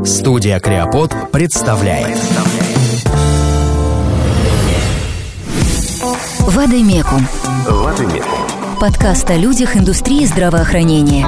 Студия Креопод представляет. Вадимекум. Подкаст о людях индустрии здравоохранения.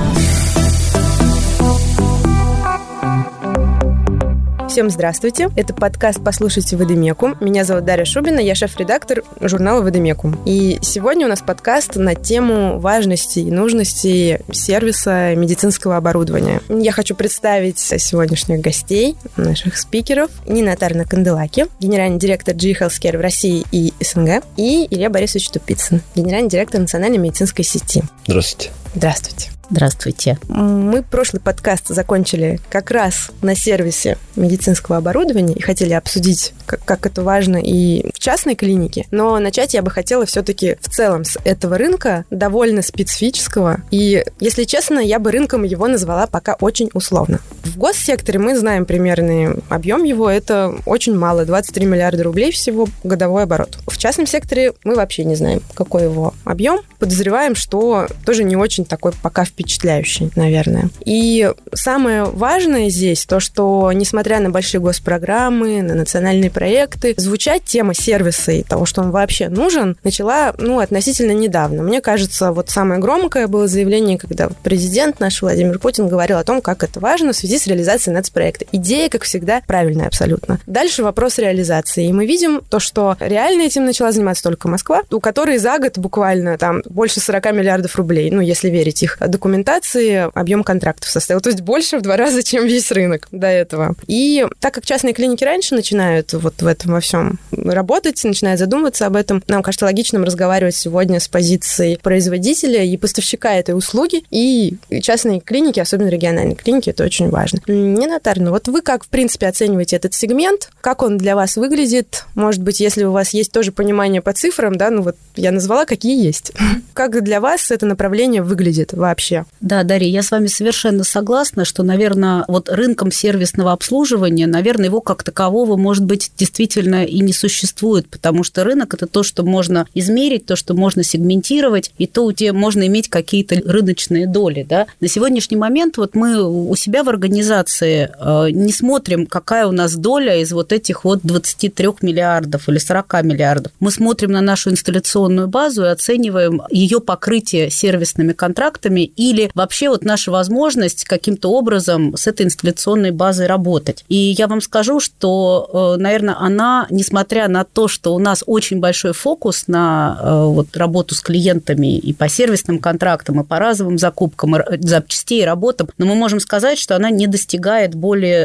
Всем здравствуйте. Это подкаст «Послушайте Вадимекум». Меня зовут Дарья Шубина, я шеф-редактор журнала «Вадимекум». И сегодня у нас подкаст на тему важности и нужности сервиса медицинского оборудования. Я хочу представить сегодняшних гостей, наших спикеров. Нина Тарна-Канделаки, генеральный директор GE Healthcare в России и СНГ, и Илья Борисович Тупицын, генеральный директор национальной медицинской сети. Здравствуйте. Здравствуйте. Здравствуйте. Мы прошлый подкаст закончили как раз на сервисе медицинского оборудования и хотели обсудить, как это важно и в частной клинике. Но начать я бы хотела все-таки в целом с этого рынка, довольно специфического. И, если честно, я бы рынком его назвала пока очень условно. В госсекторе мы знаем примерный объем его. Это очень мало, 23 миллиарда рублей всего годовой оборот. В частном секторе мы вообще не знаем, какой его объем. Подозреваем, что тоже не очень такой пока впечатляющий, наверное. И самое важное здесь то, что, несмотря на большие госпрограммы, на национальные проекты, звучать тема сервиса и того, что он вообще нужен, начала, относительно недавно. Мне кажется, вот самое громкое было заявление, когда президент наш Владимир Путин говорил о том, как это важно в связи с реализацией нацпроекта. Идея, как всегда, правильная абсолютно. Дальше вопрос реализации. И мы видим то, что реально этим начала заниматься только Москва, у которой за год буквально там больше 40 миллиардов рублей, если верить их документации, объем контрактов составил. То есть больше в 2 раза, чем весь рынок до этого. И так как частные клиники раньше начинают вот в этом во всем работать, начинают задумываться об этом, нам кажется логичным разговаривать сегодня с позиции производителя и поставщика этой услуги. И частные клиники, особенно региональные клиники, это очень важно. Нина Тарна, вот вы как, в принципе, оцениваете этот сегмент? Как он для вас выглядит? Может быть, если у вас есть тоже понимание по цифрам, я назвала, какие есть. Как для вас это направление выглядит вообще? Да, Дарья, я с вами совершенно согласна, что, наверное, вот рынком сервисного обслуживания, наверное, его как такового, может быть, действительно и не существует, потому что рынок – это то, что можно измерить, то, что можно сегментировать, и то, где можно иметь какие-то рыночные доли. Да? На сегодняшний момент вот мы у себя в организации не смотрим, какая у нас доля из вот этих вот 23 миллиардов или 40 миллиардов. Мы смотрим на нашу инсталляционную базу и оцениваем ее покрытие сервисными контрактами или вообще вот наша возможность каким-то образом с этой инсталляционной базой работать. И я вам скажу, что, наверное, она, несмотря на то, что у нас очень большой фокус на вот работу с клиентами и по сервисным контрактам, и по разовым закупкам, и запчастей, и работам, но мы можем сказать, что она не достигает более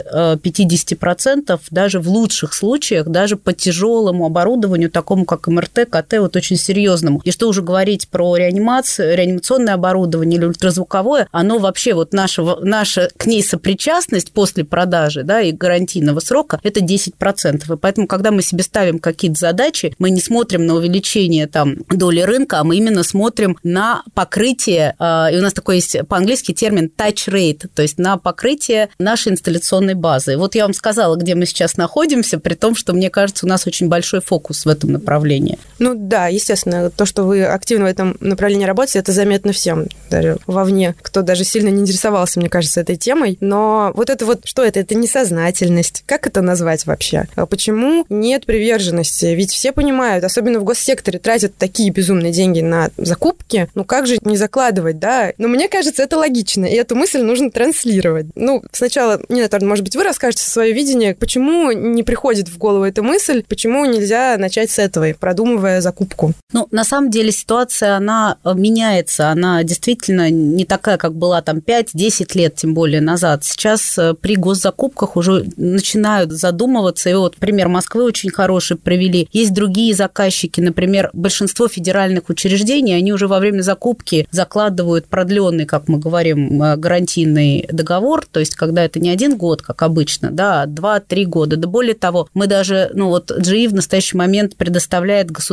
50%, даже в лучших случаях, даже по тяжелому оборудованию, такому как МРТ, КТ, вот очень серьезному. И что уже говорить про реанимационное оборудование или ультразвуковое, оно вообще, вот наша к ней сопричастность после продажи, да, и гарантийного срока, это 10%. И поэтому, когда мы себе ставим какие-то задачи, мы не смотрим на увеличение там доли рынка, а мы именно смотрим на покрытие, и у нас такой есть по-английски термин touch rate, то есть на покрытие нашей инсталляционной базы. И вот я вам сказала, где мы сейчас находимся, при том, что, мне кажется, у нас очень большой фокус в этом направлении. Да, естественно, то, что вы активно в этом направлении работаете, это заметно всем, даже вовне, кто даже сильно не интересовался, мне кажется, этой темой. Но что это? Это несознательность. Как это назвать вообще? Почему нет приверженности? Ведь все понимают, особенно в госсекторе, тратят такие безумные деньги на закупки. Как же не закладывать, да? Но мне кажется, это логично, и эту мысль нужно транслировать. Сначала, Нина Тарна, может быть, вы расскажете свое видение, почему не приходит в голову эта мысль, почему нельзя начать с этого, продумывая закупку? На самом деле ситуация, она меняется, она действительно не такая, как была там 5-10 лет, тем более назад. Сейчас при госзакупках уже начинают задумываться, и вот пример Москвы очень хороший привели. Есть другие заказчики, например, большинство федеральных учреждений, они уже во время закупки закладывают продленный, как мы говорим, гарантийный договор, то есть когда это не 1 год, как обычно, да, а 2-3 года. Да более того, мы даже, GE в настоящий момент предоставляет государственную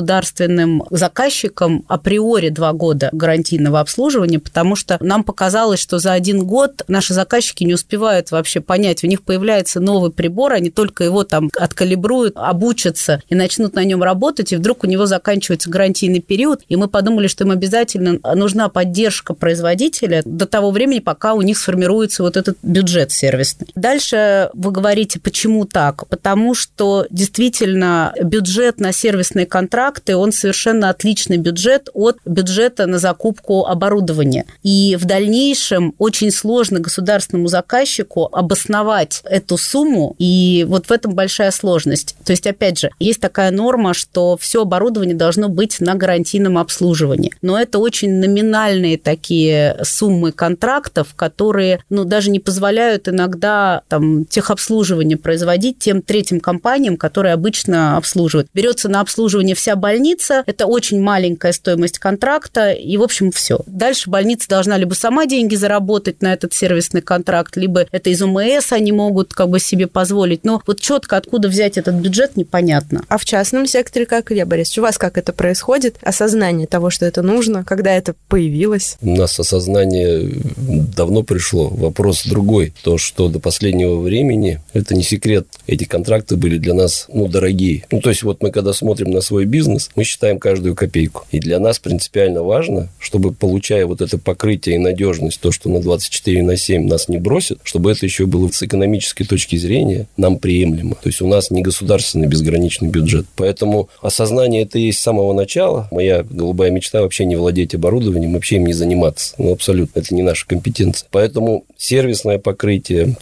государственным заказчикам априори 2 года гарантийного обслуживания, потому что нам показалось, что за 1 год наши заказчики не успевают вообще понять, у них появляется новый прибор, они только его там откалибруют, обучатся и начнут на нем работать, и вдруг у него заканчивается гарантийный период, и мы подумали, что им обязательно нужна поддержка производителя до того времени, пока у них сформируется вот этот бюджет сервисный. Дальше вы говорите, почему так? Потому что действительно бюджет на сервисные контракты, он совершенно отличный бюджет от бюджета на закупку оборудования. И в дальнейшем очень сложно государственному заказчику обосновать эту сумму, и вот в этом большая сложность. То есть, опять же, есть такая норма, что все оборудование должно быть на гарантийном обслуживании. Но это очень номинальные такие суммы контрактов, которые, даже не позволяют иногда там техобслуживание производить тем третьим компаниям, которые обычно обслуживают. Берется на обслуживание вся больница, это очень маленькая стоимость контракта, и, в общем, все. Дальше больница должна либо сама деньги заработать на этот сервисный контракт, либо это из ОМС они могут себе позволить. Но вот четко откуда взять этот бюджет, непонятно. А в частном секторе как, Илья Борисович, у вас как это происходит? Осознание того, что это нужно, когда это появилось? У нас осознание давно пришло. Вопрос другой. То, что до последнего времени, это не секрет, эти контракты были для нас, дорогие. То есть, вот мы когда смотрим на свой бизнес, мы считаем каждую копейку. И для нас принципиально важно, чтобы, получая вот это покрытие и надежность, то, что на 24/7 нас не бросит, чтобы это еще было с экономической точки зрения нам приемлемо. То есть, у нас не государственный безграничный бюджет. Поэтому осознание это есть с самого начала. Моя голубая мечта вообще не владеть оборудованием, вообще им не заниматься. Абсолютно. Это не наша компетенция. Поэтому сервисное покрытие,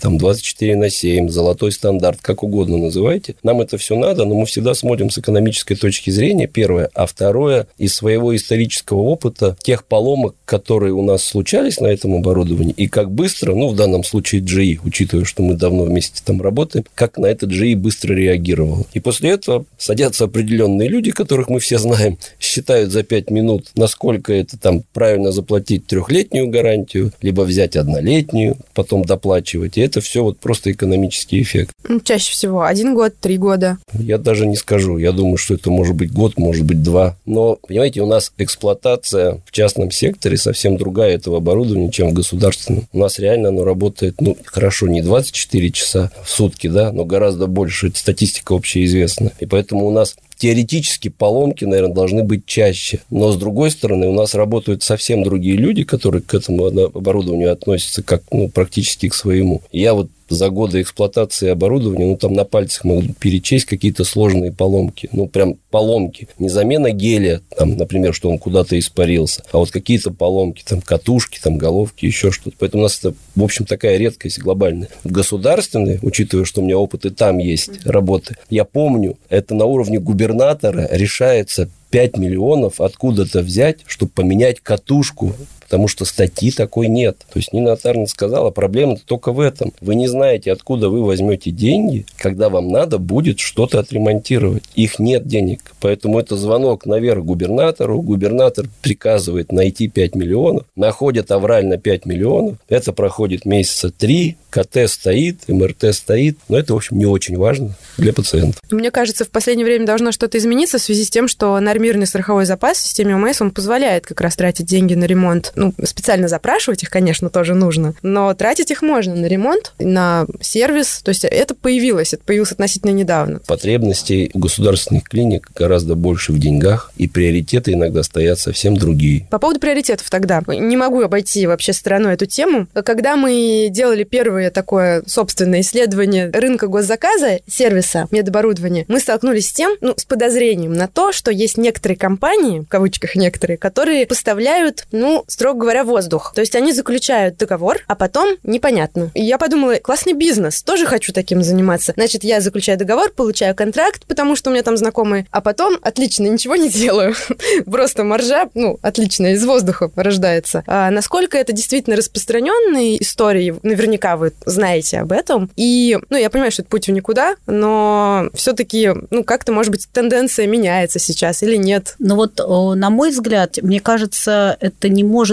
24/7, золотой стандарт, как угодно называйте, нам это все надо, но мы всегда смотрим с экономической точки зрения, первое. А второе, из своего исторического опыта, тех поломок, которые у нас случались на этом оборудовании, и как быстро, в данном случае GE, учитывая, что мы давно вместе там работаем, как на это GE быстро реагировал. И после этого садятся определенные люди, которых мы все знаем, считают за 5 минут, насколько это правильно заплатить 3-летнюю гарантию, либо взять 1-летнюю, потом доплачивать. И это все просто экономический эффект. Чаще всего 1 год, 3 года. Я даже не скажу. Я думаю, что это может быть год, может быть 2. Но, понимаете, у нас эксплуатация в частном секторе совсем другая этого оборудования, чем в государственном. У нас реально оно работает, хорошо, не 24 часа в сутки, но гораздо больше. Это статистика общеизвестна. И поэтому у нас теоретически поломки, наверное, должны быть чаще. Но, с другой стороны, у нас работают совсем другие люди, которые к этому оборудованию относятся как практически к своему. И я за годы эксплуатации оборудования, на пальцах могу перечесть какие-то сложные поломки. Прям поломки. Не замена геля, например, что он куда-то испарился, а какие-то поломки, катушки, головки, еще что-то. Поэтому у нас это, в общем, такая редкость глобальная. В государственной, учитывая, что у меня опыт и там есть работы, я помню, это на уровне губернатора решается 5 миллионов откуда-то взять, чтобы поменять катушку, потому что статьи такой нет. То есть Нина Отарна сказала, проблема-то только в этом. Вы не знаете, откуда вы возьмете деньги, когда вам надо будет что-то отремонтировать. Их нет денег. Поэтому это звонок наверх губернатору. Губернатор приказывает найти 5 миллионов. Находят аврально 5 миллионов. Это проходит месяца 3. КТ стоит, МРТ стоит. Но это, в общем, не очень важно для пациента. Мне кажется, в последнее время должно что-то измениться в связи с тем, что нормированный страховой запас в системе ОМС, он позволяет как раз тратить деньги на ремонт. Специально запрашивать их, конечно, тоже нужно, но тратить их можно на ремонт, на сервис. То есть это появилось относительно недавно. Потребностей у государственных клиник гораздо больше в деньгах, и приоритеты иногда стоят совсем другие. По поводу приоритетов тогда. Не могу обойти вообще стороной эту тему. Когда мы делали первое такое собственное исследование рынка госзаказа, сервиса, медоборудования, мы столкнулись с тем, с подозрением на то, что есть некоторые компании, в кавычках некоторые, которые поставляют, строго говоря, воздух. То есть они заключают договор, а потом непонятно. И я подумала, классный бизнес, тоже хочу таким заниматься. Значит, я заключаю договор, получаю контракт, потому что у меня там знакомые, а потом, отлично, ничего не делаю. Просто маржа, отлично, из воздуха рождается. А насколько это действительно распространенные истории, наверняка вы знаете об этом. И, я понимаю, что это путь в никуда, но все-таки, как-то, может быть, тенденция меняется сейчас или нет? На мой взгляд, мне кажется, это не может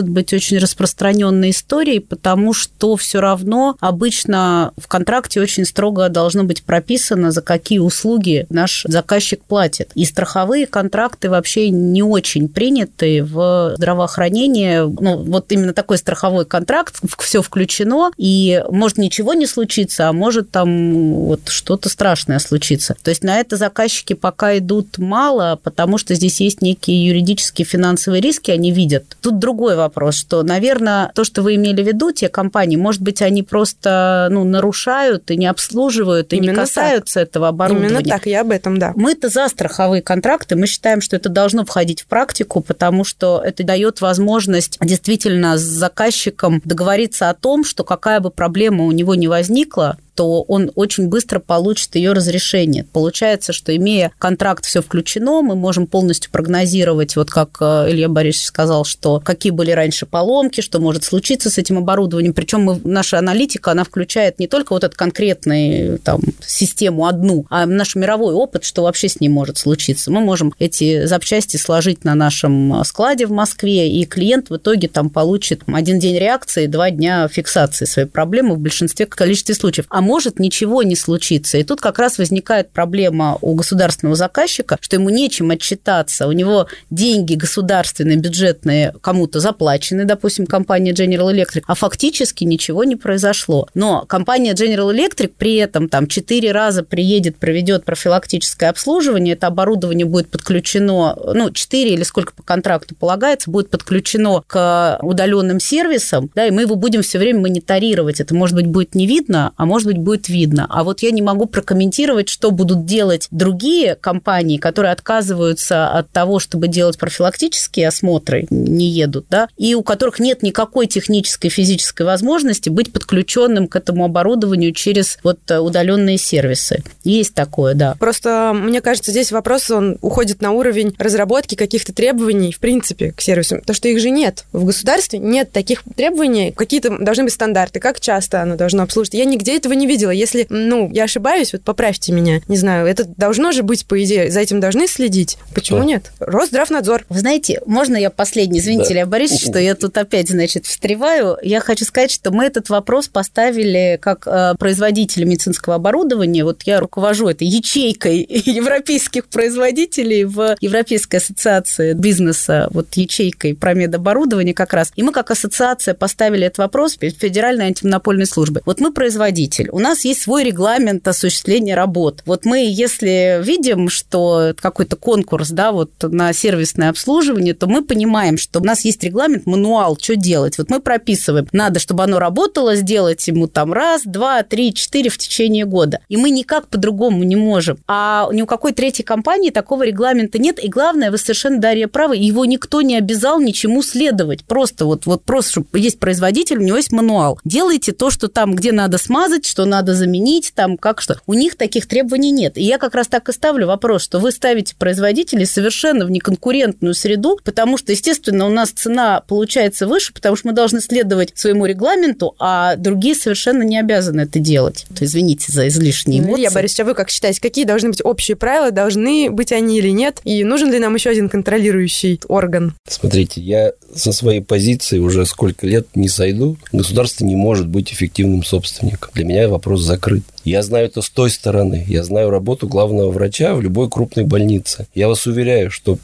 быть очень распространенной историей, потому что все равно обычно в контракте очень строго должно быть прописано, за какие услуги наш заказчик платит. И страховые контракты вообще не очень приняты в здравоохранении. Ну, вот именно такой страховой контракт, все включено, и может ничего не случиться, а может там вот что-то страшное случиться. То есть на это заказчики пока идут мало, потому что здесь есть некие юридические финансовые риски, они видят. Тут другой вопрос, что, наверное, то, что вы имели в виду, те компании, может быть, они просто нарушают и не обслуживают, и именно не касаются этого оборудования. Именно так, я об этом, да. Мы-то за страховые контракты, мы считаем, что это должно входить в практику, потому что это дает возможность действительно с заказчиком договориться о том, что какая бы проблема у него ни возникла, то он очень быстро получит ее разрешение. Получается, что, имея контракт, все включено, мы можем полностью прогнозировать, вот как Илья Борисович сказал, что какие были раньше поломки, что может случиться с этим оборудованием. Причем наша аналитика, она включает не только вот эту конкретную систему одну, а наш мировой опыт, что вообще с ней может случиться. Мы можем эти запчасти сложить на нашем складе в Москве, и клиент в итоге получит 1 день реакции, 2 дня фиксации своей проблемы в большинстве количестве случаев. А может ничего не случиться. И тут как раз возникает проблема у государственного заказчика, что ему нечем отчитаться. У него деньги государственные, бюджетные кому-то заплачены, допустим, компания General Electric, а фактически ничего не произошло. Но компания General Electric при этом 4 раза приедет, проведет профилактическое обслуживание, это оборудование будет подключено, 4 или сколько по контракту полагается, будет подключено к удаленным сервисам, да, и мы его будем все время мониторировать. Это, может быть, будет не видно, а может быть, будет видно. А вот я не могу прокомментировать, что будут делать другие компании, которые отказываются от того, чтобы делать профилактические осмотры, не едут, да, и у которых нет никакой технической, физической возможности быть подключенным к этому оборудованию через удаленные сервисы. Есть такое, да. Просто, мне кажется, здесь вопрос, он уходит на уровень разработки каких-то требований, в принципе, к сервисам. То, что их же нет. В государстве нет таких требований. Какие-то должны быть стандарты. Как часто оно должно обслуживать. Я нигде этого не видела. Если, я ошибаюсь, поправьте меня. Не знаю, это должно же быть, по идее, за этим должны следить. Почему нет? Росздравнадзор. Вы знаете, можно я последний? Извините, Илья Борисович, что я тут опять, встреваю. Я хочу сказать, что мы этот вопрос поставили как производители медицинского оборудования. Вот я руковожу этой ячейкой европейских производителей в Европейской ассоциации бизнеса, ячейкой про медоборудование как раз. И мы как ассоциация поставили этот вопрос перед Федеральной антимонопольной службой. Мы производитель. У нас есть свой регламент осуществления работ. Мы, если видим, что какой-то конкурс, на сервисное обслуживание, то мы понимаем, что у нас есть регламент, мануал, что делать. Мы прописываем, надо, чтобы оно работало, сделать ему 1, 2, 3, 4 в течение года. И мы никак по-другому не можем. А ни у какой третьей компании такого регламента нет. И главное, вы совершенно, Дарья, правы, его никто не обязал ничему следовать. Просто просто, чтобы есть производитель, у него есть мануал. Делайте то, что там, где надо смазать, что надо заменить, как что. У них таких требований нет. И я как раз так и ставлю вопрос, что вы ставите производителей совершенно в неконкурентную среду, потому что, естественно, у нас цена получается выше, потому что мы должны следовать своему регламенту, а другие совершенно не обязаны это делать. Извините за излишние эмоции. Илья Борисович, а вы как считаете, какие должны быть общие правила, должны быть они или нет? И нужен ли нам еще один контролирующий орган? Смотрите, я со своей позиции уже сколько лет не сойду. Государство не может быть эффективным собственником. Для меня вопрос закрыт. Я знаю это с той стороны. Я знаю работу главного врача в любой крупной больнице. Я вас уверяю, что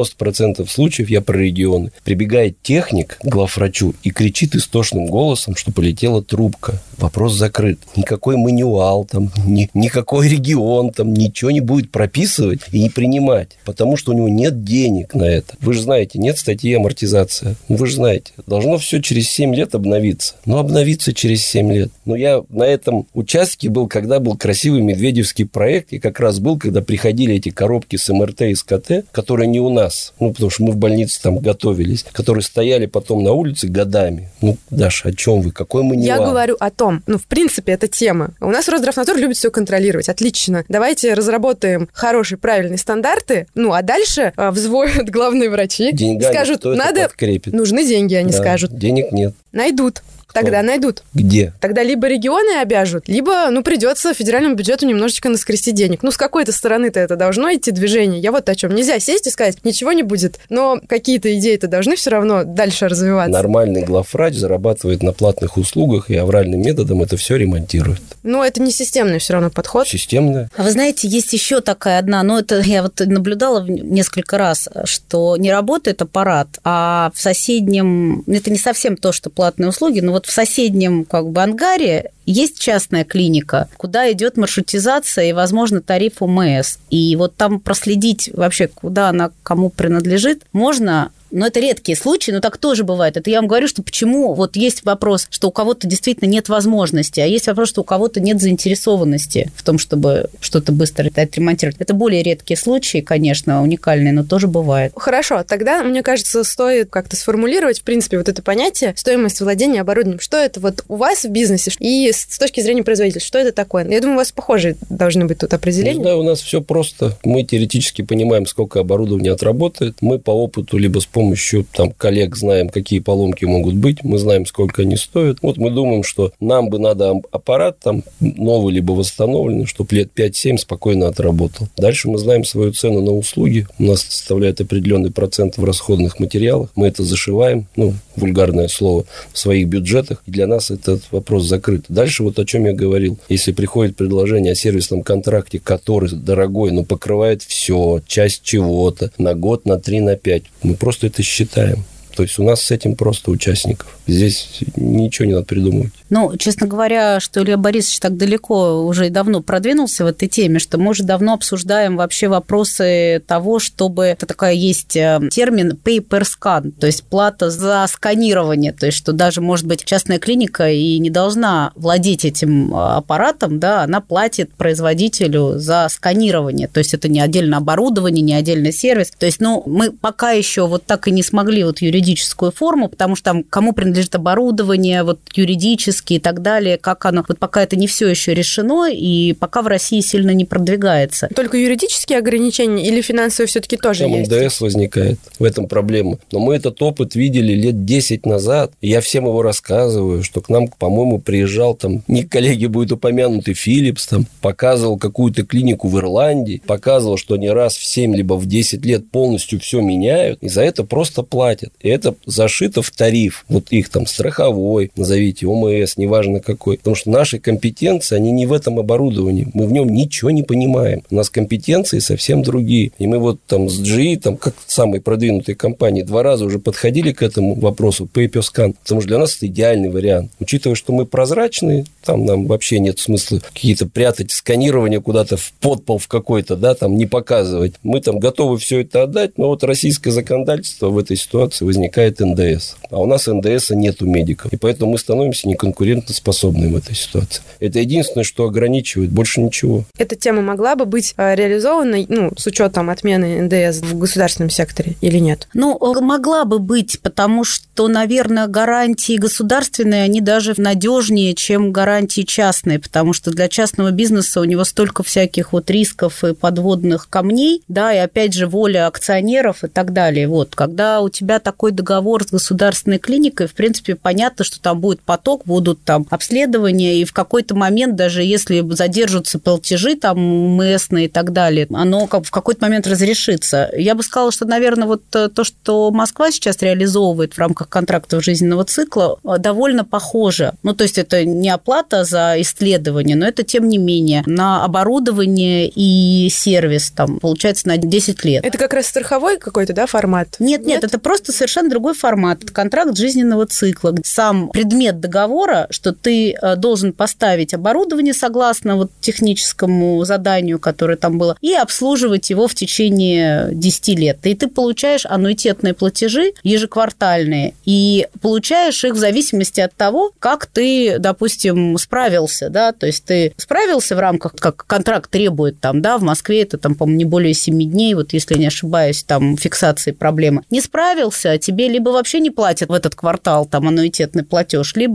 90% случаев, я про регионы, прибегает техник к главврачу и кричит истошным голосом, что полетела трубка. Вопрос закрыт. Никакой мануал, никакой регион, ничего не будет прописывать и не принимать, потому что у него нет денег на это. Вы же знаете, нет статьи амортизация. Вы же знаете, должно все через 7 лет обновиться. Обновиться через 7 лет. Я на этом участке был, когда был красивый медведевский проект, и как раз был, когда приходили эти коробки с МРТ и с КТ, которые не у нас, потому что мы в больнице готовились, которые стояли потом на улице годами. Даша, о чем вы? Какой мануал? Я говорю о том, в принципе, это тема. У нас Росздравнадзор любит все контролировать. Отлично. Давайте разработаем хорошие, правильные стандарты, а дальше взвоют главные врачи. Деньгами скажут, нужны деньги, они скажут. Денег нет. Найдут. Тогда найдут. Где? Тогда либо регионы обяжут, либо, придется федеральному бюджету немножечко наскрести денег. С какой-то стороны-то это должно идти движение. Я вот о чем. Нельзя сесть и сказать, ничего не будет. Но какие-то идеи-то должны все равно дальше развиваться. Нормальный главврач зарабатывает на платных услугах и авральным методом это все ремонтирует. Но это не системный все равно подход. Системный. А вы знаете, есть еще такая одна, это я вот наблюдала несколько раз, что не работает аппарат, а в соседнем, это не совсем то, что платные услуги, но вот в соседнем ангаре есть частная клиника, куда идет маршрутизация и, возможно, тариф УМС. И вот там проследить вообще, куда она кому принадлежит, можно. Но это редкие случаи, но так тоже бывает. Это я вам говорю, что почему есть вопрос, что у кого-то действительно нет возможности, а есть вопрос, что у кого-то нет заинтересованности в том, чтобы что-то быстро отремонтировать. Это более редкие случаи, конечно, уникальные, но тоже бывает. Хорошо, тогда, мне кажется, стоит как-то сформулировать, в принципе, вот это понятие стоимость владения оборудованием. Что это у вас в бизнесе и с точки зрения производителя, что это такое? Я думаю, у вас похожие должны быть тут определения. Да, у нас все просто. Мы теоретически понимаем, сколько оборудования отработает. Мы по опыту либо с помощью коллег знаем, какие поломки могут быть, мы знаем, сколько они стоят. Вот мы думаем, что нам бы надо аппарат новый либо восстановленный, чтобы лет 5-7 спокойно отработал. Дальше мы знаем свою цену на услуги. У нас составляет определенный процент в расходных материалах. Мы это зашиваем, вульгарное слово, в своих бюджетах. И для нас этот вопрос закрыт. Дальше о чем я говорил. Если приходит предложение о сервисном контракте, который дорогой, но покрывает все, часть чего-то, на год, на 3, на 5, мы просто это считаем. То есть у нас с этим просто участников. Здесь ничего не надо придумывать. Честно говоря, что Илья Борисович так далеко уже и давно продвинулся в этой теме, что мы уже давно обсуждаем вообще вопросы того, чтобы... Это такая есть термин pay per scan, то есть плата за сканирование. То есть что даже, может быть, частная клиника и не должна владеть этим аппаратом, да, она платит производителю за сканирование. То есть это не отдельное оборудование, не отдельный сервис. То есть, мы пока еще так и не смогли юридическую форму, потому что кому принадлежит оборудование, юридически и так далее, как оно. Пока это не все еще решено, и пока в России сильно не продвигается. Только юридические ограничения или финансовые все-таки тоже там есть? НДС возникает. В этом проблема. Но мы этот опыт видели лет 10 назад, и я всем его рассказываю, что к нам, по-моему, приезжал не коллеги будет упомянутый Philips, показывал какую-то клинику в Ирландии, показывал, что они раз в 7 либо в 10 лет полностью все меняют, и за это просто платят. И это зашито в тариф. Их страховой, назовите, ОМС, неважно какой. Потому что наши компетенции, они не в этом оборудовании. Мы в нем ничего не понимаем. У нас компетенции совсем другие. И мы с GE, как самой продвинутой компании, 2 раза уже подходили к этому вопросу pay per scan. Потому что для нас это идеальный вариант. Учитывая, что мы прозрачные, нам вообще нет смысла какие-то прятать сканирование куда-то в подпол в какой-то, не показывать. Мы готовы все это отдать, но российское законодательство в этой ситуации возникает НДС. А у нас НДСа нет у медиков. И поэтому мы становимся неконкурентоспособными в этой ситуации. Это единственное, что ограничивает, больше ничего. Эта тема могла бы быть реализована, с учетом отмены НДС в государственном секторе или нет? Могла бы быть, потому что, наверное, гарантии государственные, они даже надежнее, чем гарантии частные, потому что для частного бизнеса у него столько всяких рисков и подводных камней, да, и опять же воля акционеров и так далее. Когда у тебя такой договор с государственной клиникой, в принципе, понятно, что там будет поток, будут обследования, и в какой-то момент, даже если задержатся платежи МСные и так далее, оно в какой-то момент разрешится. Я бы сказала, что, наверное, то, что Москва сейчас реализовывает в рамках контрактов жизненного цикла, довольно похоже. То есть это не оплата за исследование, но это, тем не менее, на оборудование и сервис, получается, на 10 лет. Это как раз страховой какой-то, формат? Нет, это просто совершенно другой формат. Это контракт жизненного цикла. Сам предмет договора, что ты должен поставить оборудование согласно техническому заданию, которое там было, и обслуживать его в течение 10 лет. И ты получаешь аннуитетные платежи ежеквартальные, и получаешь их в зависимости от того, как ты, допустим, справился, да, то есть ты справился в рамках, как контракт требует, в Москве это, по-моему, не более 7 дней, если я не ошибаюсь, фиксации проблемы. Не справился, тебе либо вообще не платят в этот квартал аннуитетный платеж, либо платят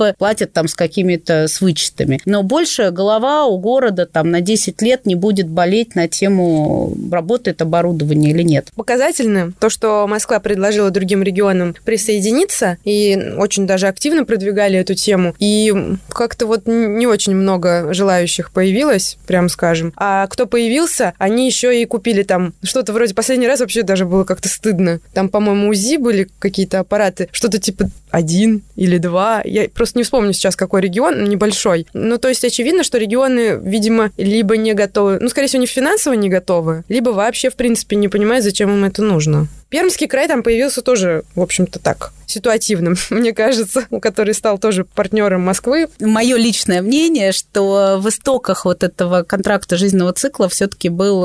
заплатит там с какими-то с вычетами. Но больше голова у города там на 10 лет не будет болеть на тему, работает оборудование или нет. Показательно то, что Москва предложила другим регионам присоединиться, и очень даже активно продвигали эту тему. И как-то вот не очень много желающих появилось, прям скажем. А кто появился, они еще и купили там что-то вроде... Последний раз вообще даже было как-то стыдно. Там, по-моему, УЗИ были какие-то аппараты, что-то типа 1 или 2. Я просто не вспомню сейчас, какой регион, небольшой. Ну, то есть очевидно, что регионы, видимо, либо не готовы, ну, скорее всего, не финансово не готовы, либо вообще, в принципе, не понимают, зачем им это нужно. Пермский край там появился тоже, в общем-то, так, ситуативным, мне кажется, который стал тоже партнером Москвы. Мое личное мнение, что в истоках вот этого контракта жизненного цикла все-таки был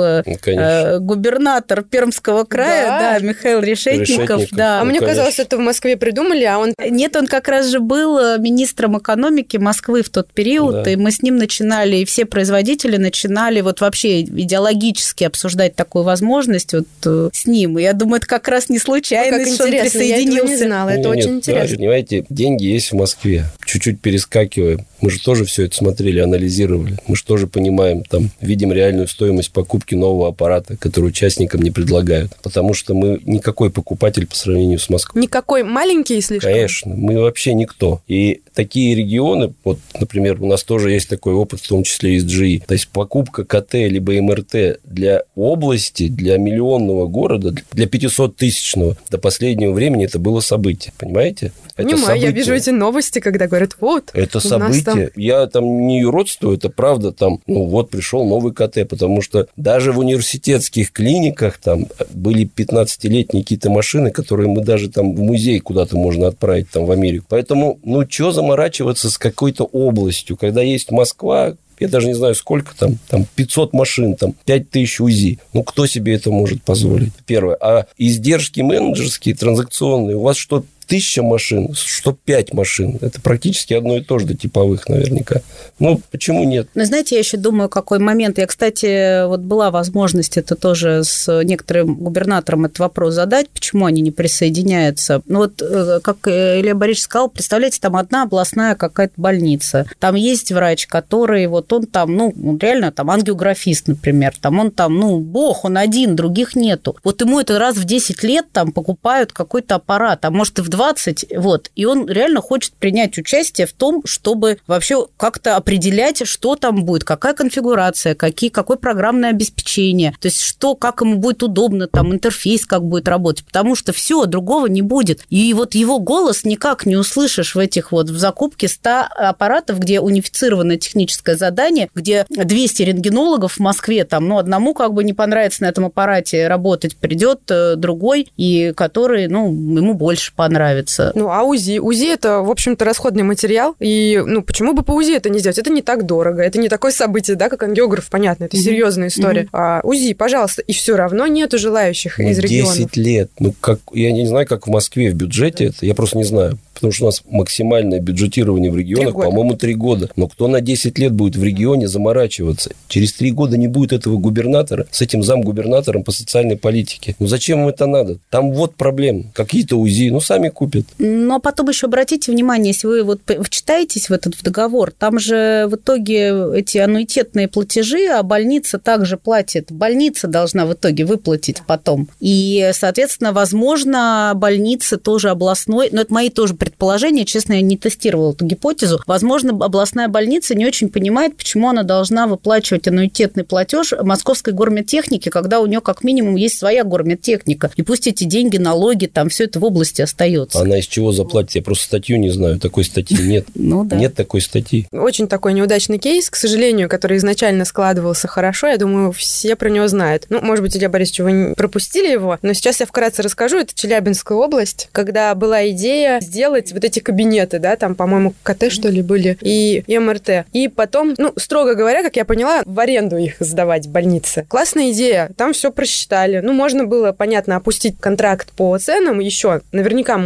губернатор Пермского края, да, Михаил Решетников. Да. А мне казалось, это в Москве придумали, а он... Нет, он как раз же был министром экономики Москвы в тот период, и мы с ним начинали, и все производители начинали вот вообще идеологически обсуждать такую возможность вот с ним. И я думаю, это как раз не случайно, что он присоединился. Я этого не знала, это очень интересно. Понимаете, деньги есть в Москве. Чуть-чуть перескакиваем. Мы же тоже все это смотрели, анализировали. Мы же тоже понимаем, там, видим реальную стоимость покупки нового аппарата, который участникам не предлагают. Потому что мы никакой покупатель по сравнению с Москвой. Никакой маленький слишком? Конечно, мы вообще никто. И такие регионы, вот, например, у нас тоже есть такой опыт, в том числе из GE. То есть покупка КТ либо МРТ для области, для миллионного города, для 500-тысячного до последнего времени это было событие. Понимаете? Понимаю, я вижу эти новости, когда говорят, вот, это событие. Там... Я там не юродствую, это правда, там, ну вот пришел новый КТ, потому что даже в университетских клиниках там были 15-летние какие-то машины, которые мы даже там в музей куда-то можно отправить там в Америку. Поэтому, ну, что заморачиваться с какой-то областью, когда есть Москва, я даже не знаю, сколько там 500 машин, там 5000 УЗИ. Ну, кто себе это может позволить? Первое. А издержки менеджерские, транзакционные, у вас что 1000 машин, что 5 машин. Это практически одно и то же до типовых наверняка. Ну, почему нет? Ну, знаете, я еще думаю, какой момент. Я, кстати, вот была возможность это тоже с некоторым губернатором этот вопрос задать, почему они не присоединяются. Ну, вот, как Илья Борисович сказал, представляете, там одна областная какая-то больница. Там есть врач, который вот он там, ну, реально там ангиографист, например. Там он там, ну, бог, он один, других нету. Вот ему это раз в 10 лет там покупают какой-то аппарат, а может и в 20, вот, и он реально хочет принять участие в том, чтобы вообще как-то определять, что там будет, какая конфигурация, какое программное обеспечение, то есть что, как ему будет удобно, там, интерфейс как будет работать, потому что все, другого не будет. И вот его голос никак не услышишь в этих вот, в закупке 100 аппаратов, где унифицированное техническое задание, где 200 рентгенологов в Москве, там, ну, одному как бы не понравится на этом аппарате работать, придет другой, и который, ну, ему больше понравится. Ну, а УЗИ? УЗИ – это, в общем-то, расходный материал, и, ну, почему бы по УЗИ это не сделать? Это не так дорого, это не такое событие, да, как ангиограф, понятно, это серьезная история. А УЗИ, пожалуйста, и все равно нету желающих из регионов. 10 лет, ну, как, я не знаю, как в Москве в бюджете это, я просто не знаю. Потому что у нас максимальное бюджетирование в регионах, по-моему, 3 года. Но кто на 10 лет будет в регионе заморачиваться? Через 3 года не будет этого губернатора с этим замгубернатором по социальной политике. Ну, зачем им это надо? Там вот проблемы. Какие-то УЗИ, ну, сами купят. Но потом еще обратите внимание, если вы вот вчитаетесь в этот договор, там же в итоге эти аннуитетные платежи, а больница также платит. Больница должна в итоге выплатить потом. И, соответственно, возможно, больницы тоже областной, но это мои тоже предположение, честно, я не тестировала эту гипотезу. Возможно, областная больница не очень понимает, почему она должна выплачивать аннуитетный платеж московской гормедтехнике, когда у нее как минимум есть своя гормедтехника. И пусть эти деньги, налоги, там все это в области остается. Она из чего заплатит? Я просто статью не знаю. Такой статьи нет. Ну да. Нет такой статьи. Очень такой неудачный кейс, к сожалению, который изначально складывался хорошо. Я думаю, все про него знают. Ну, может быть, Илья Борисович, вы пропустили его, но сейчас я вкратце расскажу. Это Челябинская область, когда была идея сделать вот эти кабинеты, да, там, по-моему, КТ, что ли, были, и МРТ. И потом, ну, строго говоря, как я поняла, в аренду их сдавать в больнице. Классная идея, там все просчитали. Ну, можно было, понятно, опустить контракт по ценам еще, наверняка можно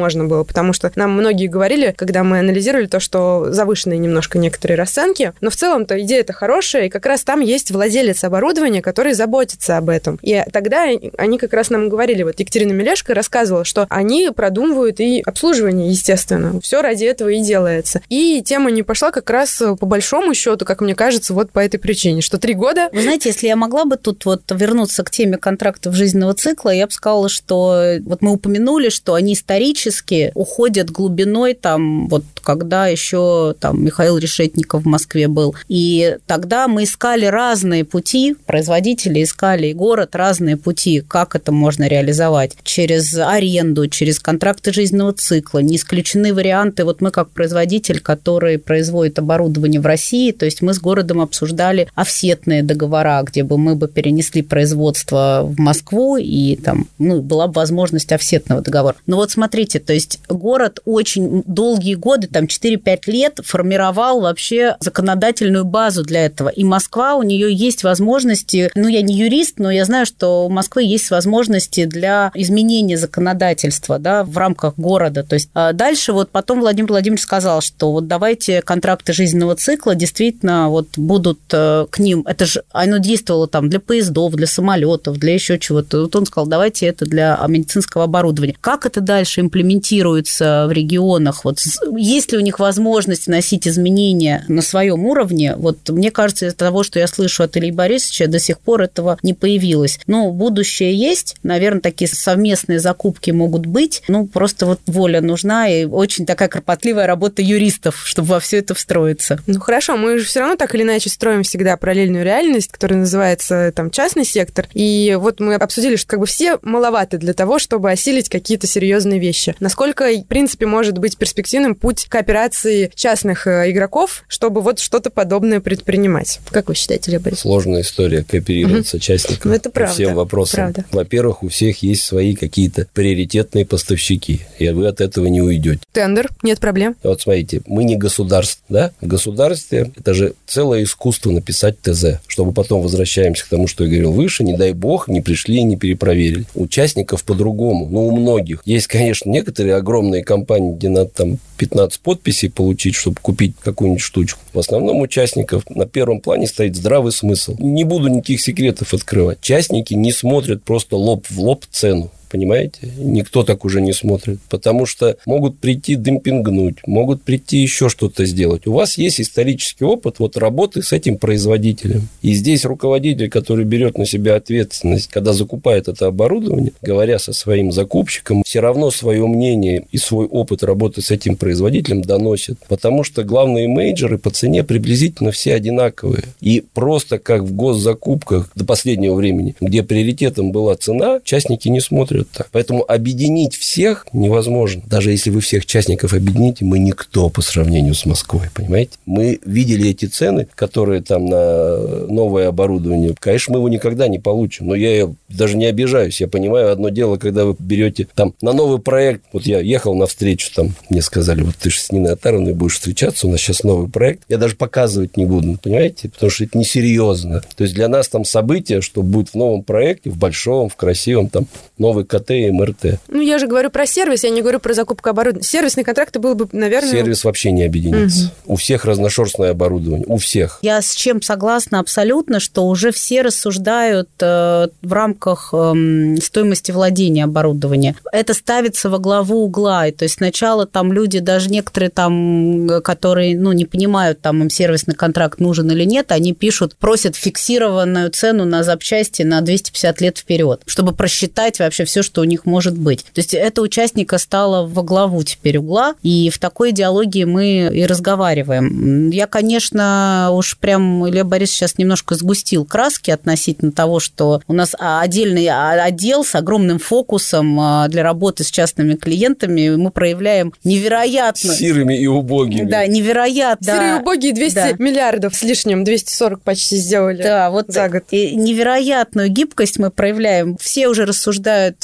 можно было, потому что нам многие говорили, когда мы анализировали то, что завышенные немножко некоторые расценки, но в целом-то идея-то хорошая, и как раз там есть владелец оборудования, который заботится об этом. И тогда они как раз нам говорили, вот Екатерина Мелешко рассказывала, что они продумывают и обслуживание, естественно. Все ради этого и делается. И тема не пошла как раз по большому счету, как мне кажется, вот по этой причине, что 3 года... Вы знаете, если я могла бы тут вот вернуться к теме контрактов жизненного цикла, я бы сказала, что вот мы упомянули, что они исторически уходят глубиной там, вот когда еще там Михаил Решетников в Москве был. И тогда мы искали разные пути, производители искали, и город разные пути, как это можно реализовать. Через аренду, через контракты жизненного цикла. Не исключены варианты. Вот мы как производитель, который производит оборудование в России, то есть мы с городом обсуждали офсетные договора, где бы мы бы перенесли производство в Москву, и там была бы возможность офсетного договора. Но вот смотрите, то есть город очень долгие годы, там 4-5 лет, формировал вообще законодательную базу для этого. И Москва, у нее есть возможности, я не юрист, но я знаю, что у Москвы есть возможности для изменения законодательства, да, в рамках города. То есть дальше вот потом Владимир Владимирович сказал, что вот давайте контракты жизненного цикла действительно вот будут к ним, это же оно действовало там для поездов, для самолетов, для еще чего-то. Вот он сказал, давайте это для медицинского оборудования. Как это дальше имплементируется в регионах? Вот есть ли у них возможность вносить изменения на своем уровне? Вот мне кажется, из-за того, что я слышу от Ильи Борисовича, до сих пор этого не появилось. Но будущее есть, наверное, такие совместные закупки могут быть, просто вот воля нужна и очень такая кропотливая работа юристов, чтобы во все это встроиться. Хорошо, мы же все равно так или иначе строим всегда параллельную реальность, которая называется там частный сектор, и вот мы обсудили, что как бы все маловаты для того, чтобы осилить какие-то серьезные вещи. Насколько, в принципе, может быть перспективным путь кооперации частных игроков, чтобы вот что-то подобное предпринимать? Как вы считаете, Илья Борисович? Сложная история кооперироваться частникам это правда, по всем вопросам. Правда. Во-первых, у всех есть свои какие-то приоритетные поставщики, и вы от этого не уйдете. Тендер, нет проблем. Вот смотрите, мы не государство, да? В государстве это же целое искусство написать ТЗ, чтобы потом возвращаемся к тому, что я говорил выше, не дай бог, не пришли и не перепроверили. У по-другому, у многих. Есть, конечно, некоторые огромные компании, где надо там 15 подписей получить, чтобы купить какую-нибудь штучку. В основном участников на первом плане стоит здравый смысл. Не буду никаких секретов открывать. Частники не смотрят просто лоб в лоб цену. Понимаете? Никто так уже не смотрит. Потому что могут прийти демпингнуть, могут прийти еще что-то сделать. У вас есть исторический опыт работы с этим производителем. И здесь руководитель, который берет на себя ответственность, когда закупает это оборудование, говоря со своим закупщиком, все равно свое мнение и свой опыт работы с этим производителем доносит. Потому что главные мейджоры по цене приблизительно все одинаковые. И просто как в госзакупках до последнего времени, где приоритетом была цена, частники не смотрят так. Поэтому объединить всех невозможно. Даже если вы всех частников объедините, мы никто по сравнению с Москвой, понимаете? Мы видели эти цены, которые там на новое оборудование. Конечно, мы его никогда не получим. Но я даже не обижаюсь. Я понимаю одно дело, когда вы берете там на новый проект. Вот я ехал на встречу, там мне сказали, вот ты же с Ниной Отаровной будешь встречаться, у нас сейчас новый проект. Я даже показывать не буду, понимаете? Потому что это несерьезно. То есть для нас там событие, что будет в новом проекте, в большом, в красивом, там новый КТ и МРТ. Я же говорю про сервис, я не говорю про закупку оборудования. Сервисные контракты было бы, наверное... Сервис вообще не объединится. У всех разношерстное оборудование. У всех. Я с чем согласна абсолютно, что уже все рассуждают в рамках стоимости владения оборудования. Это ставится во главу угла. И, то есть сначала там люди, даже некоторые там, которые не понимают, там им сервисный контракт нужен или нет, они пишут, просят фиксированную цену на запчасти на 250 лет вперед, чтобы просчитать вообще все, что у них может быть. То есть это участника стало во главу теперь угла, и в такой идеологии мы и разговариваем. Я, конечно, уж прям Илья Борисович сейчас немножко сгустил краски относительно того, что у нас отдельный отдел с огромным фокусом для работы с частными клиентами. Мы проявляем невероятно... Сирыми и убогими. Да, невероятно. Сирые и убогие 200 миллиардов с лишним, 240 почти сделали за год. И невероятную гибкость мы проявляем. Все уже рассуждают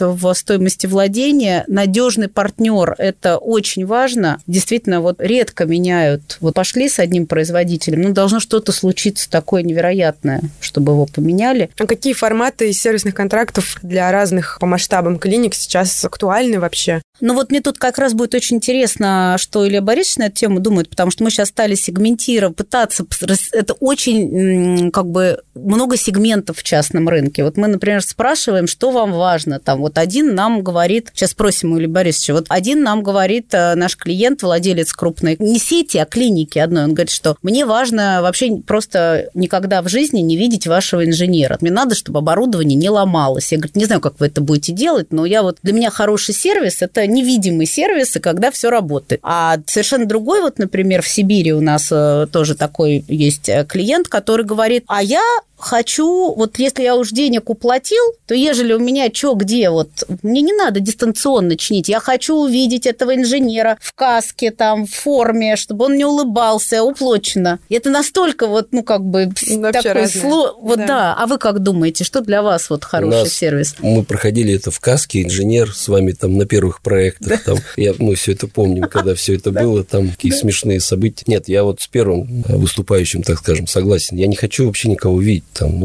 вмешательство в стоимости владения, надежный партнер – это очень важно. Действительно, вот редко меняют. Вот пошли с одним производителем, ну, должно что-то случиться такое невероятное, чтобы его поменяли. А какие форматы сервисных контрактов для разных по масштабам клиник сейчас актуальны вообще? Ну вот мне тут как раз будет очень интересно, что Илья Борисович на эту тему думает, потому что мы сейчас стали сегментировать, пытаться... Это очень, как бы, много сегментов в частном рынке. Вот мы, например, спрашиваем, что вам важно. Там вот один нам говорит... Сейчас спросим у Ильи Борисовича. Вот один нам говорит наш клиент, владелец крупной... Не сети, а клиники одной. Он говорит, что мне важно вообще просто никогда в жизни не видеть вашего инженера. Мне надо, чтобы оборудование не ломалось. Я говорю, не знаю, как вы это будете делать, но я вот... Для меня хороший сервис – это невидимый сервис, и когда все работает. А совершенно другой, вот, например, в Сибири у нас тоже такой есть клиент, который говорит, а я хочу, вот если я уж денег уплатил, то ежели у меня что, где, вот, мне не надо дистанционно чинить, я хочу увидеть этого инженера в каске, там, в форме, чтобы он мне улыбался, уплочено. И это настолько вот, ну, как бы, такой вот, да. А вы как думаете, что для вас вот хороший сервис? Мы проходили это в каске, инженер с вами там на первых проектах, там, мы все это помним, когда все это было, там, какие смешные события. Нет, я вот с первым выступающим, так скажем, согласен. Я не хочу вообще никого видеть.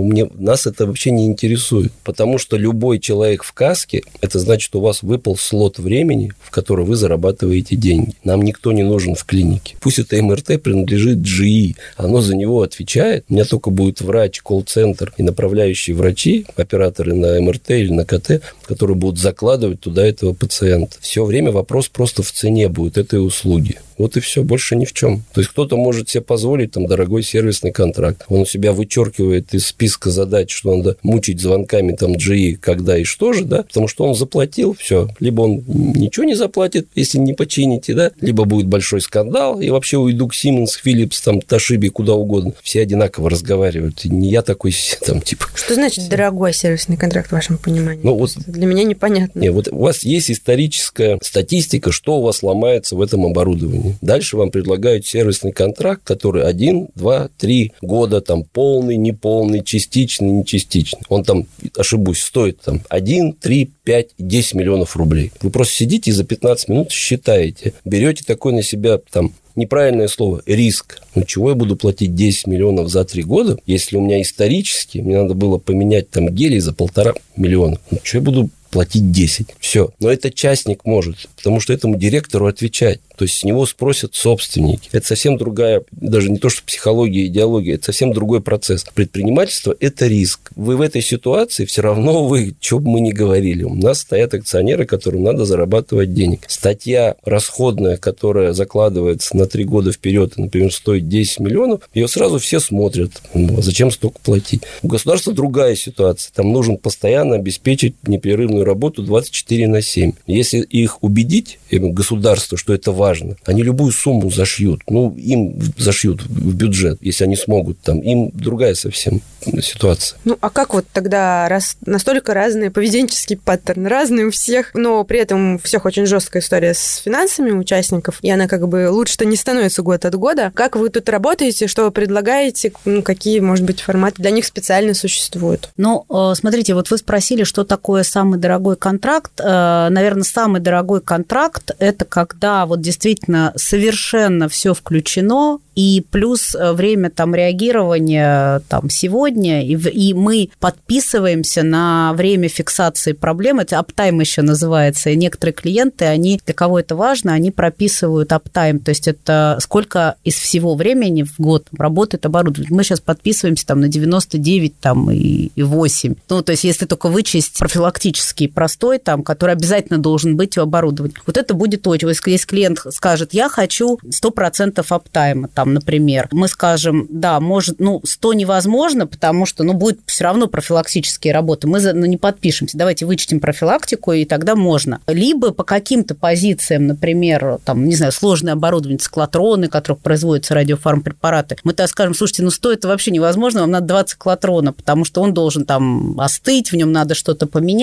Нас это вообще не интересует, потому что любой человек в каске, это значит, у вас выпал слот времени, в который вы зарабатываете деньги. Нам никто не нужен в клинике. Пусть это МРТ принадлежит GE, оно за него отвечает. У меня только будет врач, колл-центр и направляющие врачи, операторы на МРТ или на КТ, которые будут закладывать туда этого пациента. Все время вопрос просто в цене будет этой услуги. Вот и все, больше ни в чем. То есть кто-то может себе позволить там дорогой сервисный контракт. Он у себя вычеркивает из списка задач, что надо мучить звонками там GE, когда и что же, да, потому что он заплатил, все. Либо он ничего не заплатит, если не почините, да, либо будет большой скандал, и вообще уйду к Siemens, Philips, там, Toshiba, куда угодно. Все одинаково разговаривают. И не я такой, там, типа... Что значит дорогой сервисный контракт в вашем понимании? Ну, вот, для меня непонятно. Не, вот у вас есть историческая статистика, что у вас ломается в этом оборудовании. Дальше вам предлагают сервисный контракт, который 1, 2, 3 года, там, полный, неполный, частичный, нечастичный. Он там, ошибусь, стоит там 1, 3, 5, 10 миллионов рублей. Вы просто сидите и за 15 минут считаете. Берете такой на себя, там, неправильное слово, риск. Ну, чего я буду платить 10 миллионов за 3 года, если у меня исторически, мне надо было поменять там гелий за 1,5 миллиона. Ну, чего я буду платить 10? Все. Но это частник может, потому что этому директору отвечать. То есть с него спросят собственники. Это совсем другая, даже не то, что психология, идеология, это совсем другой процесс. Предпринимательство – это риск. Вы в этой ситуации все равно, что бы мы ни говорили, у нас стоят акционеры, которым надо зарабатывать денег. Статья расходная, которая закладывается на 3 года вперед, например, стоит 10 миллионов, ее сразу все смотрят. Зачем столько платить? У государства другая ситуация. Там нужно постоянно обеспечить непрерывную работу 24/7. Если их убедить, государство, что это важно, они любую сумму зашьют. Ну, им зашьют в бюджет, если они смогут. Там, им другая совсем ситуация. Ну, а как вот тогда, раз настолько разные поведенческие паттерны, разные у всех, но при этом у всех очень жесткая история с финансами участников, и она как бы лучше-то не становится год от года. Как вы тут работаете, что вы предлагаете, какие, может быть, форматы для них специально существуют? Ну, смотрите, вот вы спросили, что такое самый дорогой контракт. Наверное, самый дорогой контракт – это когда вот действительно совершенно все включено, и плюс время там реагирования там сегодня, и мы подписываемся на время фиксации проблем, это аптайм еще называется, и некоторые клиенты, они, для кого это важно, они прописывают аптайм, то есть это сколько из всего времени в год работает оборудование. Мы сейчас подписываемся там на 99 там, и 8. Ну, то есть если только вычесть профилактический простой, там, который обязательно должен быть у оборудования. Вот это будет очень. Если клиент скажет, я хочу 100% аптайма, там, например, мы скажем, да, может, 100 невозможно, потому что, будет все равно профилактические работы, мы не подпишемся, давайте вычтем профилактику, и тогда можно. Либо по каким-то позициям, например, там, не знаю, сложное оборудование, циклотроны, которых производятся радиофармпрепараты, мы тогда скажем, слушайте, 100 это вообще невозможно, вам надо 20 циклотрона, потому что он должен там остыть, в нем надо что-то поменять, тоже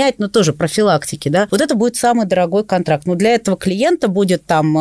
тоже профилактики, да, вот это будет самый дорогой контракт. Но для этого клиента будет там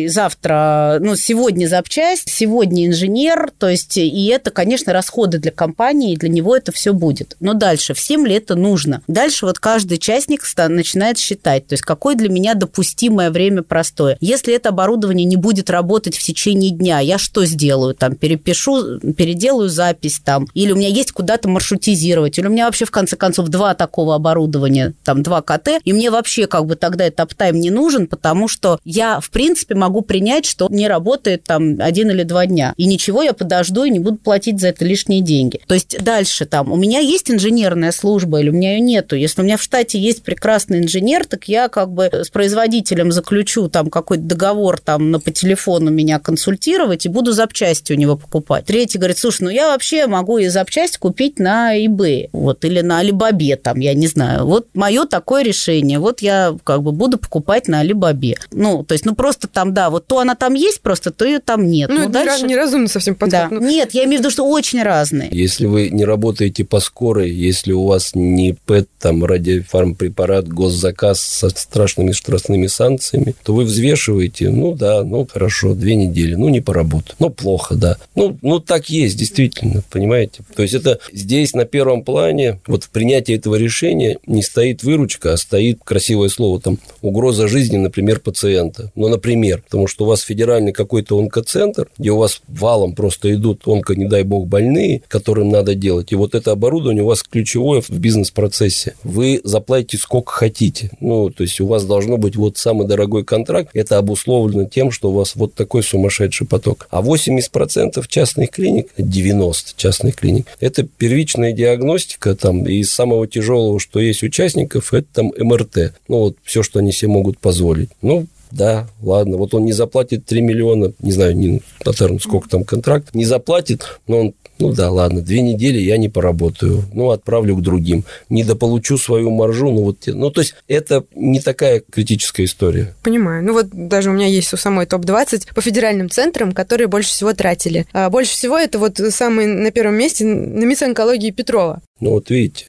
завтра, сегодня запчасть, сегодня инженер, то есть, и это, конечно, расходы для компании, и для него это все будет. Но дальше, всем ли это нужно? Дальше вот каждый участник начинает считать, то есть, какое для меня допустимое время простое. Если это оборудование не будет работать в течение дня, я что сделаю? Там, переделаю запись там, или у меня есть куда-то маршрутизировать, или у меня вообще, в конце концов, 2 такого оборудования, там, 2 КТ, и мне вообще тогда этот аптайм не нужен, потому что я, в принципе, могу принять, что не работает там 1 или 2 дня, и ничего, я подожду и не буду платить за это лишние деньги. То есть дальше там, у меня есть инженерная служба или у меня ее нету? Если у меня в штате есть прекрасный инженер, так я с производителем заключу там какой-то договор там по телефону меня консультировать и буду запчасти у него покупать. Третий говорит, слушай, я вообще могу и запчасть купить на eBay, или на Алибабе там, я не знаю. Вот мое такое решение. Вот я буду покупать на Алибабе. То есть, просто там, да, вот то она там есть просто, то ее там нет. Дальше... неразумно совсем подход. Да. Нет, я имею в виду, что очень разные. Если вы не работаете по скорой, если у вас не ПЭТ, там, радиофармпрепарат, госзаказ со страшными штрафными санкциями, то вы взвешиваете, хорошо, 2 недели, не поработаю, плохо, да. Так есть, действительно, понимаете? То есть, это здесь на первом плане, в принятии этого решения не стоит выручка, а стоит, красивое слово, там, угроза жизни, например, пациента. Например, потому что у вас федеральный какой-то онкоцентр, где у вас валом просто идут не дай бог, больные, которым надо делать. И вот это оборудование у вас ключевое в бизнес-процессе. Вы заплатите сколько хотите. То есть, у вас должно быть самый дорогой контракт. Это обусловлено тем, что у вас такой сумасшедший поток. А 80% частных клиник, 90 частных клиник, это первичная диагностика, и из самого тяжелого, что есть участников, это там МРТ. Все, что они себе могут позволить. Да, ладно, он не заплатит 3 миллиона, не знаю, сколько там контракт, не заплатит, но он, да, ладно, 2 недели я не поработаю, отправлю к другим, недополучу свою маржу, то есть, это не такая критическая история. Понимаю, даже у меня есть у самой топ-20 по федеральным центрам, которые больше всего тратили. А больше всего это самый на первом месте на онкологии Петрова. Видите.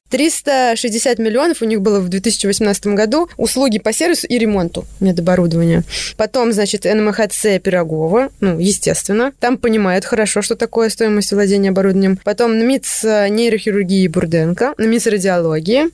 360 миллионов у них было в 2018 году услуги по сервису и ремонту медоборудования. Потом, НМХЦ Пирогова, естественно. Там понимают хорошо, что такое стоимость владения оборудованием. Потом НМИЦ нейрохирургии Бурденко, НМИЦ радиологии,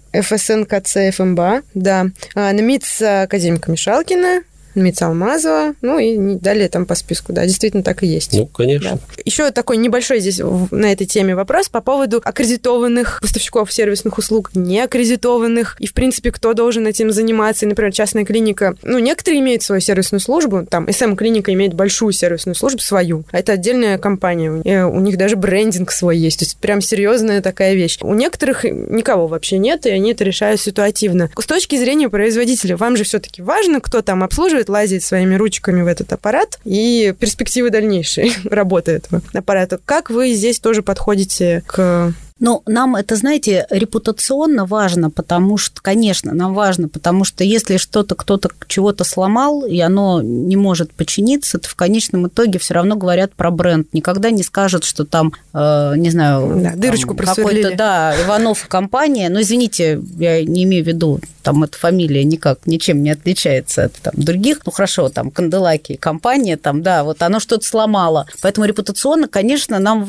ФСНКЦ ФМБА, да, НМИЦ академика Мишалкина, НМИЦ Алмазова, и далее там по списку, да, действительно так и есть. Конечно. Да. Еще такой небольшой здесь на этой теме вопрос по поводу аккредитованных поставщиков сервисных услуг, неаккредитованных, и, в принципе, кто должен этим заниматься. И, например, частная клиника, некоторые имеют свою сервисную службу, там, СМ-клиника имеет большую сервисную службу, свою, а это отдельная компания, и у них даже брендинг свой есть, то есть прям серьезная такая вещь. У некоторых никого вообще нет, и они это решают ситуативно. С точки зрения производителя, вам же все-таки важно, кто там обслуживает, лазить своими ручками в этот аппарат и перспективы дальнейшей работы этого аппарата. Как вы здесь тоже подходите к... Нам это, знаете, репутационно важно, потому что, конечно, нам важно, потому что если кто-то чего-то сломал, и оно не может починиться, то в конечном итоге все равно говорят про бренд. Никогда не скажут, что там, не знаю... Да, дырочку просверлили. Какой-то, да, Иванов компания. Извините, я не имею в виду, там эта фамилия ничем не отличается от других. Хорошо, там Канделаки компания, там, да, оно что-то сломало. Поэтому репутационно, конечно, нам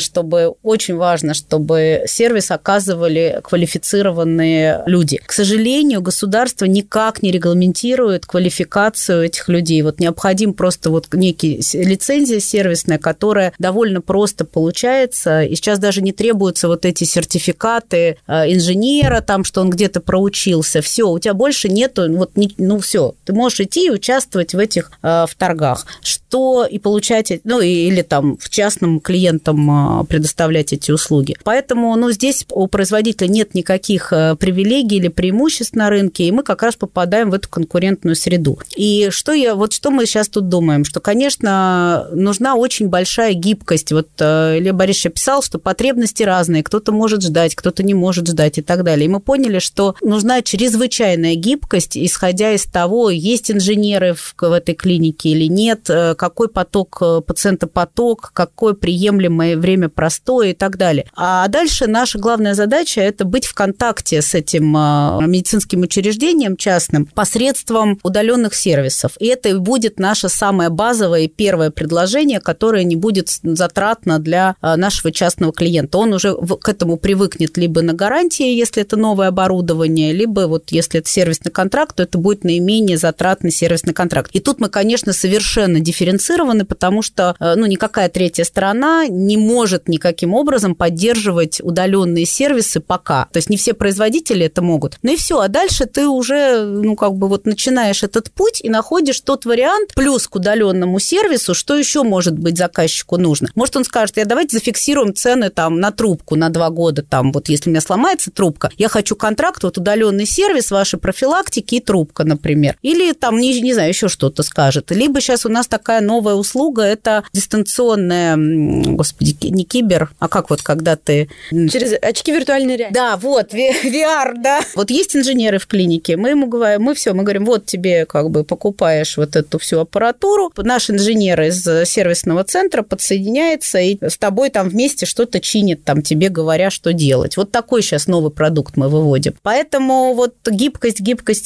очень важно, чтобы сервис оказывали квалифицированные люди. К сожалению, государство никак не регламентирует квалификацию этих людей. Необходим просто некий лицензия сервисная, которая довольно просто получается, и сейчас даже не требуются эти сертификаты инженера, там, что он где-то проучился. Все, у тебя больше нету, все, ты можешь идти и участвовать в этих в торгах, и получать, или там в частным клиентам предоставлять эти услуги. Поэтому, здесь у производителя нет никаких привилегий или преимуществ на рынке, и мы как раз попадаем в эту конкурентную среду. И что мы сейчас тут думаем? Что, конечно, нужна очень большая гибкость. Илья Борисович писал, что потребности разные. Кто-то может ждать, кто-то не может ждать и так далее. И мы поняли, что нужна чрезвычайная гибкость, исходя из того, есть инженеры в этой клинике или нет, какой пациентопоток, какое приемлемое время простое и так далее. А дальше наша главная задача – это быть в контакте с этим медицинским учреждением частным посредством удаленных сервисов. И это и будет наше самое базовое и первое предложение, которое не будет затратно для нашего частного клиента. Он уже к этому привыкнет либо на гарантии, если это новое оборудование, либо вот если это сервисный контракт, то это будет наименее затратный сервисный контракт. И тут мы, конечно, совершенно дифференцированы, потому что никакая третья сторона не может никаким образом поддерживать удаленные сервисы пока. То есть не все производители это могут. Ну и все. А дальше ты уже, начинаешь этот путь и находишь тот вариант, плюс к удаленному сервису, что еще может быть заказчику нужно. Может, он скажет, давайте зафиксируем цены там на трубку на 2 года, там, вот если у меня сломается трубка, я хочу контракт, вот удаленный сервис, вашей профилактики и трубка, например. Или там, не знаю, еще что-то скажет. Либо сейчас у нас такая новая услуга, это дистанционная, не кибер, а как вот когда ты... Через очки виртуальной реальности. Да, вот, VR, да. Вот есть инженеры в клинике, мы ему говорим, мы говорим, вот тебе покупаешь вот эту всю аппаратуру, наш инженер из сервисного центра подсоединяется и с тобой там вместе что-то чинит, там тебе говоря, что делать. Вот такой сейчас новый продукт мы выводим. Поэтому вот гибкость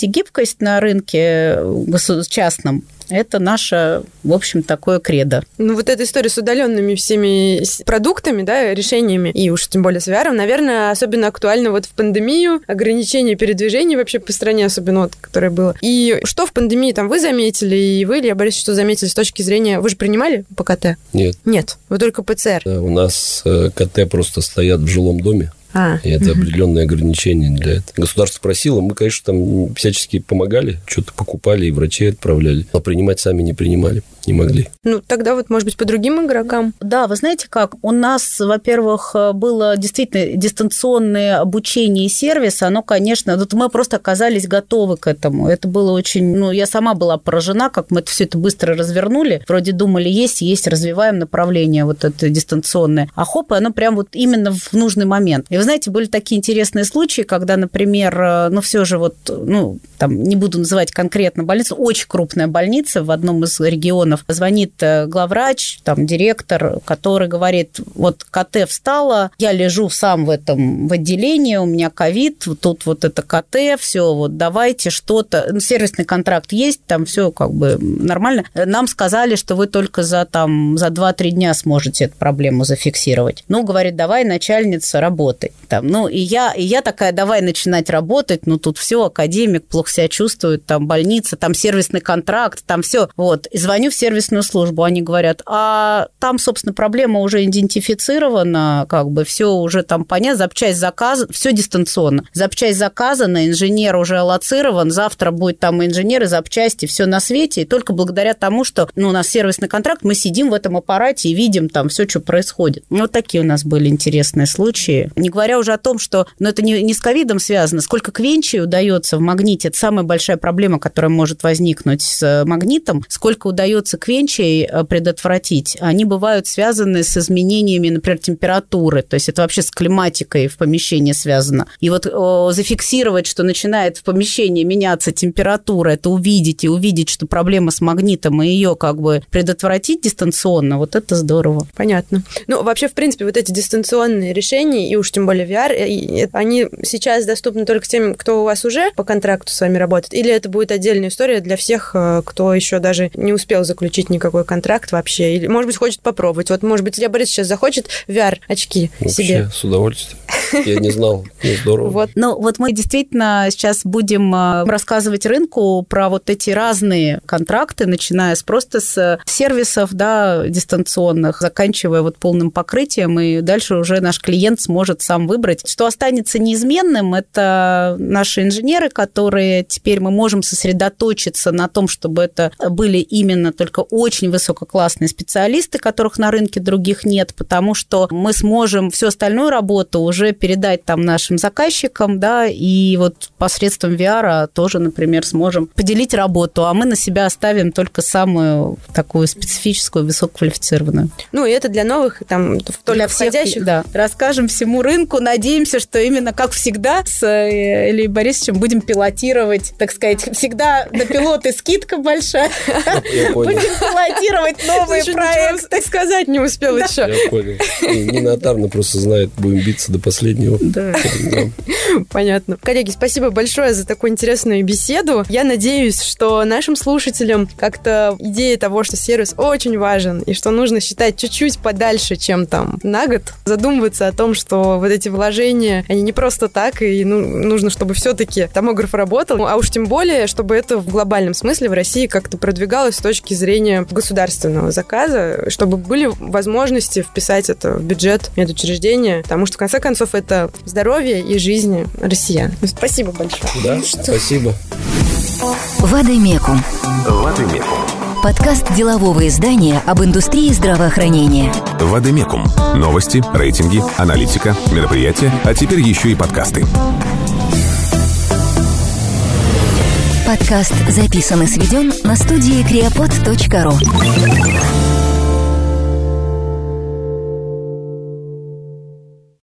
на рынке частном, это наше, в общем, такое кредо. Вот эта история с удаленными всеми продуктами, да, решениями, и уж тем более с VR, наверное, особенно актуально вот в пандемию, ограничение передвижений вообще по стране, особенно вот, которое было. И что в пандемии там вы заметили, и вы, Илья Борисович, что заметили с точки зрения... Вы же принимали по КТ? Нет, вы только ПЦР. Да, у нас КТ просто стоят в жилом доме. И это определенное ограничение для этого. Государство просило, мы, конечно, там всячески помогали, что-то покупали и врачей отправляли, но принимать сами не принимали, не могли. Тогда вот, может быть, по другим игрокам? Да, вы знаете как, у нас, во-первых, было действительно дистанционное обучение и сервис, оно, конечно, мы просто оказались готовы к этому. Это было очень... я сама была поражена, как мы все это быстро развернули. Вроде думали, есть, развиваем направление вот это дистанционное. А хоп, и оно прям вот именно в нужный момент. И вы знаете, были такие интересные случаи, когда, например, все же там не буду называть конкретно больницу, очень крупная больница в одном из регионов, звонит главврач, там, директор, который говорит, вот КТ встала, я лежу сам в отделении, у меня ковид, тут вот это КТ, все, вот давайте что-то, сервисный контракт есть, там все нормально. Нам сказали, что вы только за 2-3 дня сможете эту проблему зафиксировать. Говорит, давай, начальница, работай. И я такая, давай начинать работать, тут все, академик плохо себя чувствует, там больница, там сервисный контракт, там все. Вот, и звоню в сервисную службу, они говорят, а там, собственно, проблема уже идентифицирована, все уже там понятно, запчасть заказана, все дистанционно. Запчасть заказана, инженер уже аллоцирован, завтра будет там инженер и запчасти, все на свете, и только благодаря тому, что у нас сервисный контракт, мы сидим в этом аппарате и видим там все, что происходит. Вот такие у нас были интересные случаи. Не говоря уже о том, что это не с ковидом связано, сколько квенчей удается в магните, это самая большая проблема, которая может возникнуть с магнитом, сколько удается квенчей предотвратить. Они бывают связаны с изменениями, например, температуры, то есть это вообще с климатикой в помещении связано. И вот зафиксировать, что начинает в помещении меняться температура, это увидеть, что проблема с магнитом, и ее предотвратить дистанционно, вот это здорово. Понятно. Вообще, в принципе, вот эти дистанционные решения, и уж тем более VR, они сейчас доступны только тем, кто у вас уже по контракту с вами работает, или это будет отдельная история для всех, кто еще даже не успел заключить никакой контракт вообще, или, может быть, хочет попробовать. Вот, может быть, Илья Борисович сейчас захочет VR-очки себе. Вообще, с удовольствием. Я не знал, здорово. Вот мы действительно сейчас будем рассказывать рынку про вот эти разные контракты, начиная просто с сервисов, да, дистанционных, заканчивая полным покрытием, и дальше уже наш клиент сможет сам выбрать. Что останется неизменным, это наши инженеры, которые теперь мы можем сосредоточиться на том, чтобы это были именно только очень высококлассные специалисты, которых на рынке других нет, потому что мы сможем всю остальную работу уже передать там нашим заказчикам, да, и вот посредством VR тоже, например, сможем поделить работу, а мы на себя оставим только самую такую специфическую, высококвалифицированную. Ну, и это для новых, там, для всех входящих. Да. Расскажем всему рынку, надеемся, что именно, как всегда, с Ильей Борисовичем будем пилотировать, так сказать, всегда на пилоты скидка большая. Будем пилотировать новые проекты. Так сказать не успел еще. Я понял. Нина Отарна просто знает, будем биться до последнего. Да. Понятно. Коллеги, спасибо большое за такую интересную беседу. Я надеюсь, что нашим слушателям как-то идея того, что сервис очень важен и что нужно считать чуть-чуть подальше, чем там на год, задумываться о том, что вот эти вложения, они не просто так, и нужно, чтобы все-таки томограф работал, а уж тем более, чтобы это в глобальном смысле в России как-то продвигалось с точки зрения государственного заказа, чтобы были возможности вписать это в бюджет медучреждения, потому что, в конце концов, это здоровье и жизни россиян. Спасибо большое. Да, спасибо. Вадимекум. Подкаст делового издания об индустрии здравоохранения. Вадимекум. Новости, рейтинги, аналитика, мероприятия, а теперь еще и подкасты. Подкаст записан и сведен на студии creapod.ru.